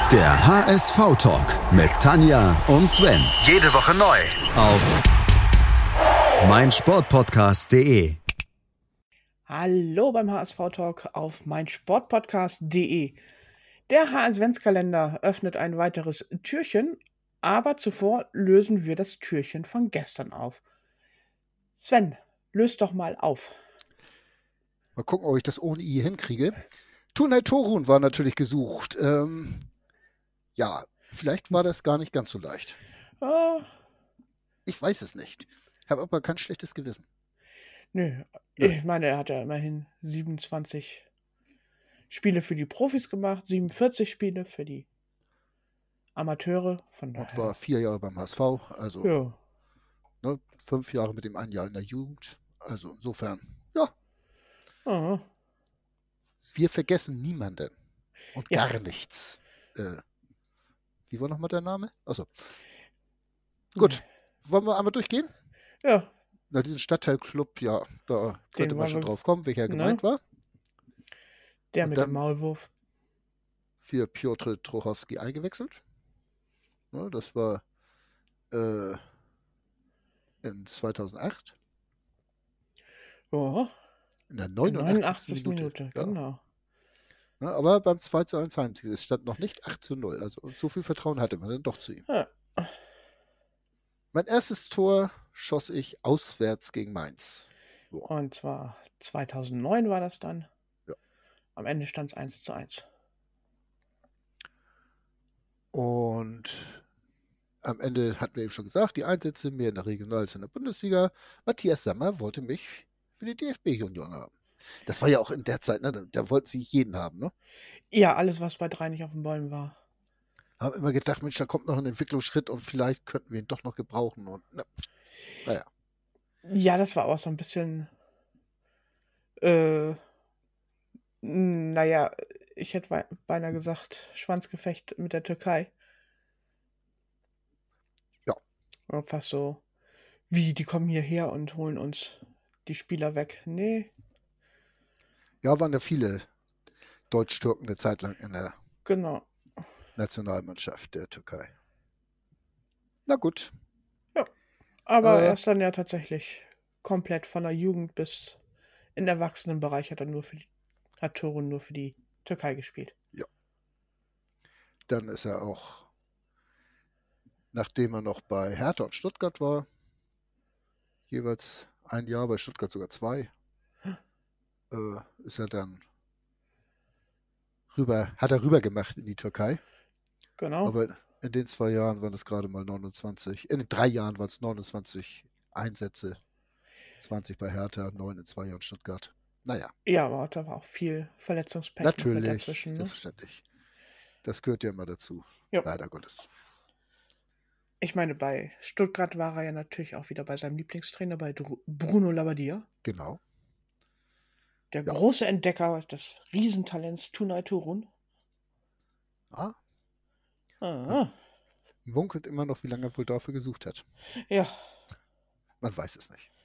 Der HSV-Talk mit Tanja und Sven. Jede Woche neu. Auf meinsportpodcast.de. Hallo beim HSV-Talk auf meinsportpodcast.de. Der HSV-Kalender öffnet ein weiteres Türchen, aber zuvor lösen wir das Türchen von gestern auf. Sven, löst doch mal auf. Mal gucken, ob ich das ohne I hinkriege. Tunay Torun war natürlich gesucht. Ja, vielleicht war das gar nicht ganz so leicht. Ich weiß es nicht. Ich habe aber kein schlechtes Gewissen. Nö, ich meine, er hat ja immerhin 27 Spiele für die Profis gemacht, 47 Spiele für die Amateure. Und war 4 Jahre beim HSV, also ja. 5 Jahre mit dem einen Jahr in der Jugend. Also insofern, ja, Aha. wir vergessen niemanden und Ja. gar nichts. Wie war nochmal der Name? Achso. Gut, wollen wir einmal durchgehen? Ja, Na, diesen Stadtteilclub, ja, da könnte man wollen schon wir- drauf kommen, welcher gemeint war. der Und mit dann- dem Maulwurf. Für Piotr Trochowski eingewechselt. Ja, das war in 2008, Ja, in der 89. 89. Minute, Ja. genau. Ja, aber beim 2:1 Heimsieg, es stand noch nicht 8:0. Also so viel Vertrauen hatte man dann doch zu ihm. Ja. Mein erstes Tor schoss ich auswärts gegen Mainz. Und zwar 2009 war das dann. Ja. Am Ende stand es 1:1. Und am Ende hatten wir eben schon gesagt, die Einsätze mehr in der Regional als in der Bundesliga. Matthias Sammer wollte mich für die DFB-Junioren haben. Das war ja auch in der Zeit, ne? Da wollten sie jeden haben, ne? Ja, alles, was bei 3 nicht auf den Bäumen war. Haben immer gedacht, Mensch, da kommt noch ein Entwicklungsschritt und vielleicht könnten wir ihn doch noch gebrauchen. Und naja. Ja, das war auch so ein bisschen, naja, ich hätte beinahe gesagt, Schwanzgefecht mit der Türkei. Ja. War fast so, wie, die kommen hierher und holen uns die Spieler weg. Nee, Ja, waren ja viele Deutsch-Türken eine Zeit lang in der genau. Nationalmannschaft der Türkei. Na gut. Aber er ist dann ja tatsächlich komplett von der Jugend bis in den Erwachsenenbereich hat Torun nur für die Türkei gespielt. Dann ist er auch, nachdem er noch bei Hertha und Stuttgart war, jeweils ein Jahr, bei Stuttgart sogar 2, ist er dann hat er rüber gemacht in die Türkei. Genau. Aber in den 2 Jahren waren es gerade mal 29, in den 3 Jahren waren es 29 Einsätze, 20 bei Hertha, 9 in 2 Jahren Stuttgart. Naja, Ja, aber da war auch viel Verletzungspech noch mit natürlich, dazwischen. Ne? selbstverständlich. Das gehört ja immer dazu, Ja. leider Gottes. Ich meine, bei Stuttgart war er ja natürlich auch wieder bei seinem Lieblingstrainer, bei Bruno Labbadia. Genau. Der große Entdecker des Riesentalents Tunay Torun. Ah, Ah, munkelt immer noch, wie lange er wohl dafür gesucht hat. ja. Man weiß es nicht.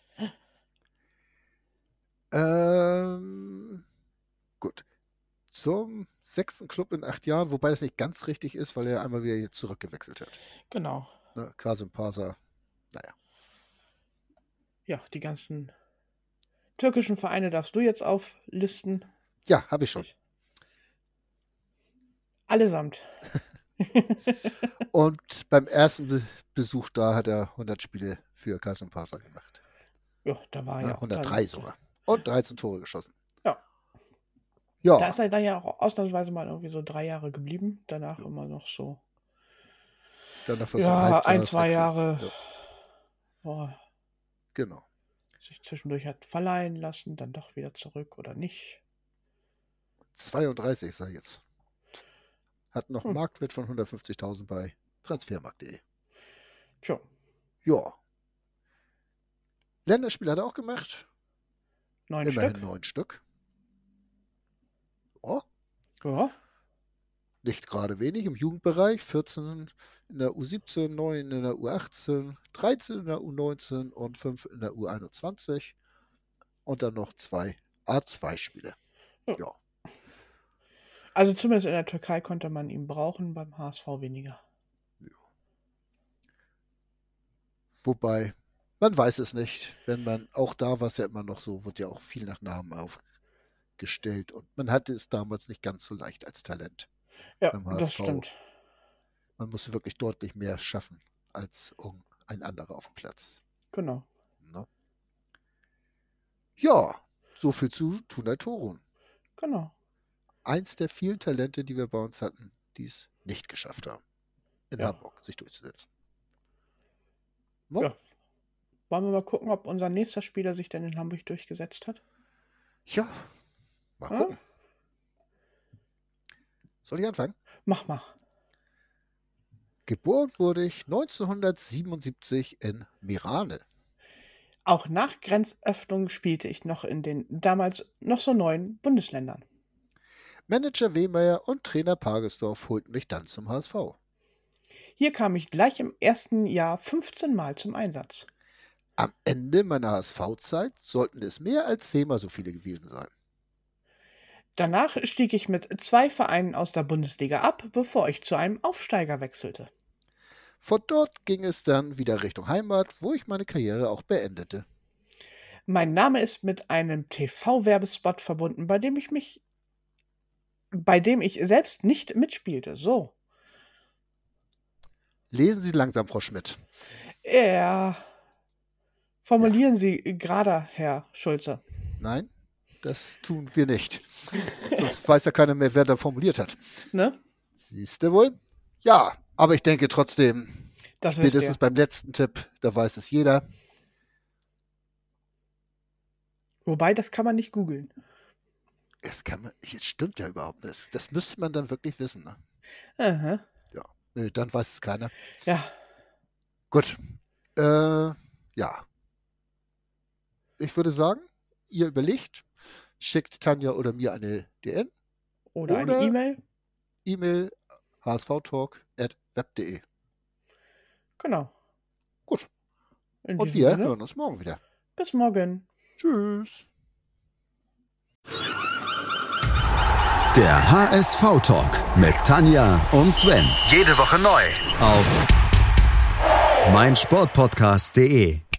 Gut. Zum 6. Club in 8 Jahren, wobei das nicht ganz richtig ist, weil er einmal wieder hier zurückgewechselt hat. Genau. Ne, Kasım Pasa, naja. Ja, die ganzen türkischen Vereine darfst du jetzt auflisten. Ja, habe ich schon. Allesamt. Und beim ersten Besuch da hat er 100 Spiele für Kasım Pasa gemacht. Ja, da war Ja, ja auch 103 dann- sogar. Und 13 Tore geschossen. Ja. Ja, Da ist er dann ja auch ausnahmsweise mal irgendwie so 3 Jahre geblieben. Danach immer noch so. dann dafür Ja, 1-2 Jahre. Ja, Boah, genau. sich zwischendurch hat verleihen lassen, dann doch wieder zurück oder nicht. 32 ist er jetzt. Hat noch einen Marktwert von 150.000 bei transfermarkt.de. Tja, Ja. Länderspiel hat er auch gemacht. 9 Immerhin Stück. 9 Stück. Oh, Ja, nicht gerade wenig im Jugendbereich. 14 in der U17, 9 in der U18, 13 in der U19 und 5 in der U21. Und dann noch 2 A2-Spiele. Ja. Ja. Also zumindest in der Türkei konnte man ihn brauchen, beim HSV weniger. Ja. Wobei, man weiß es nicht, wenn man, auch da war es ja immer noch so, wird ja auch viel nach Namen aufgestellt und man hatte es damals nicht ganz so leicht als Talent. Ja, beim HSV. das stimmt. Man musste wirklich deutlich mehr schaffen als ein anderer auf dem Platz. Genau. Ne? Ja, so viel zu Tunay Torun. Genau. Eins der vielen Talente, die wir bei uns hatten, die es nicht geschafft haben, in Hamburg sich durchzusetzen. No? Ja. Wollen wir mal gucken, ob unser nächster Spieler sich denn in Hamburg durchgesetzt hat? Ja, mal gucken. Soll ich anfangen? Mach mal. Geboren wurde ich 1977 in Mirane. Auch nach Grenzöffnung spielte ich noch in den damals noch so neuen Bundesländern. Manager Wehmeier und Trainer Pagesdorf holten mich dann zum HSV. Hier kam ich gleich im ersten Jahr 15 Mal zum Einsatz. Am Ende meiner HSV-Zeit sollten es mehr als 10-mal so viele gewesen sein. Danach stieg ich mit 2 Vereinen aus der Bundesliga ab, bevor ich zu einem Aufsteiger wechselte. Von dort ging es dann wieder Richtung Heimat, wo ich meine Karriere auch beendete. Mein Name ist mit einem TV-Werbespot verbunden, bei dem ich selbst nicht mitspielte. So. Lesen Sie langsam, Frau Schmidt. Ja. Formulieren Sie gerade, Herr Schulze. Nein, das tun wir nicht. Sonst weiß ja keiner mehr, wer da formuliert hat. Ne? Siehst du wohl? Ja, aber ich denke trotzdem, Das spätestens beim letzten Tipp, da weiß es jeder. Wobei, das kann man nicht googeln. Es stimmt ja überhaupt nicht. Das müsste man dann wirklich wissen. Ne? Aha. Ja, nee, dann weiß es keiner. Ja. Gut. Ja. Ich würde sagen, ihr überlegt, schickt Tanja oder mir eine DN. Oder eine E-Mail. E-Mail hsvtalk@web.de. Genau. Gut. In Und diesem wir Sinne, hören uns morgen wieder. bis morgen. Tschüss. Der HSV-Talk mit Tanja und Sven. Jede Woche neu. Auf meinsportpodcast.de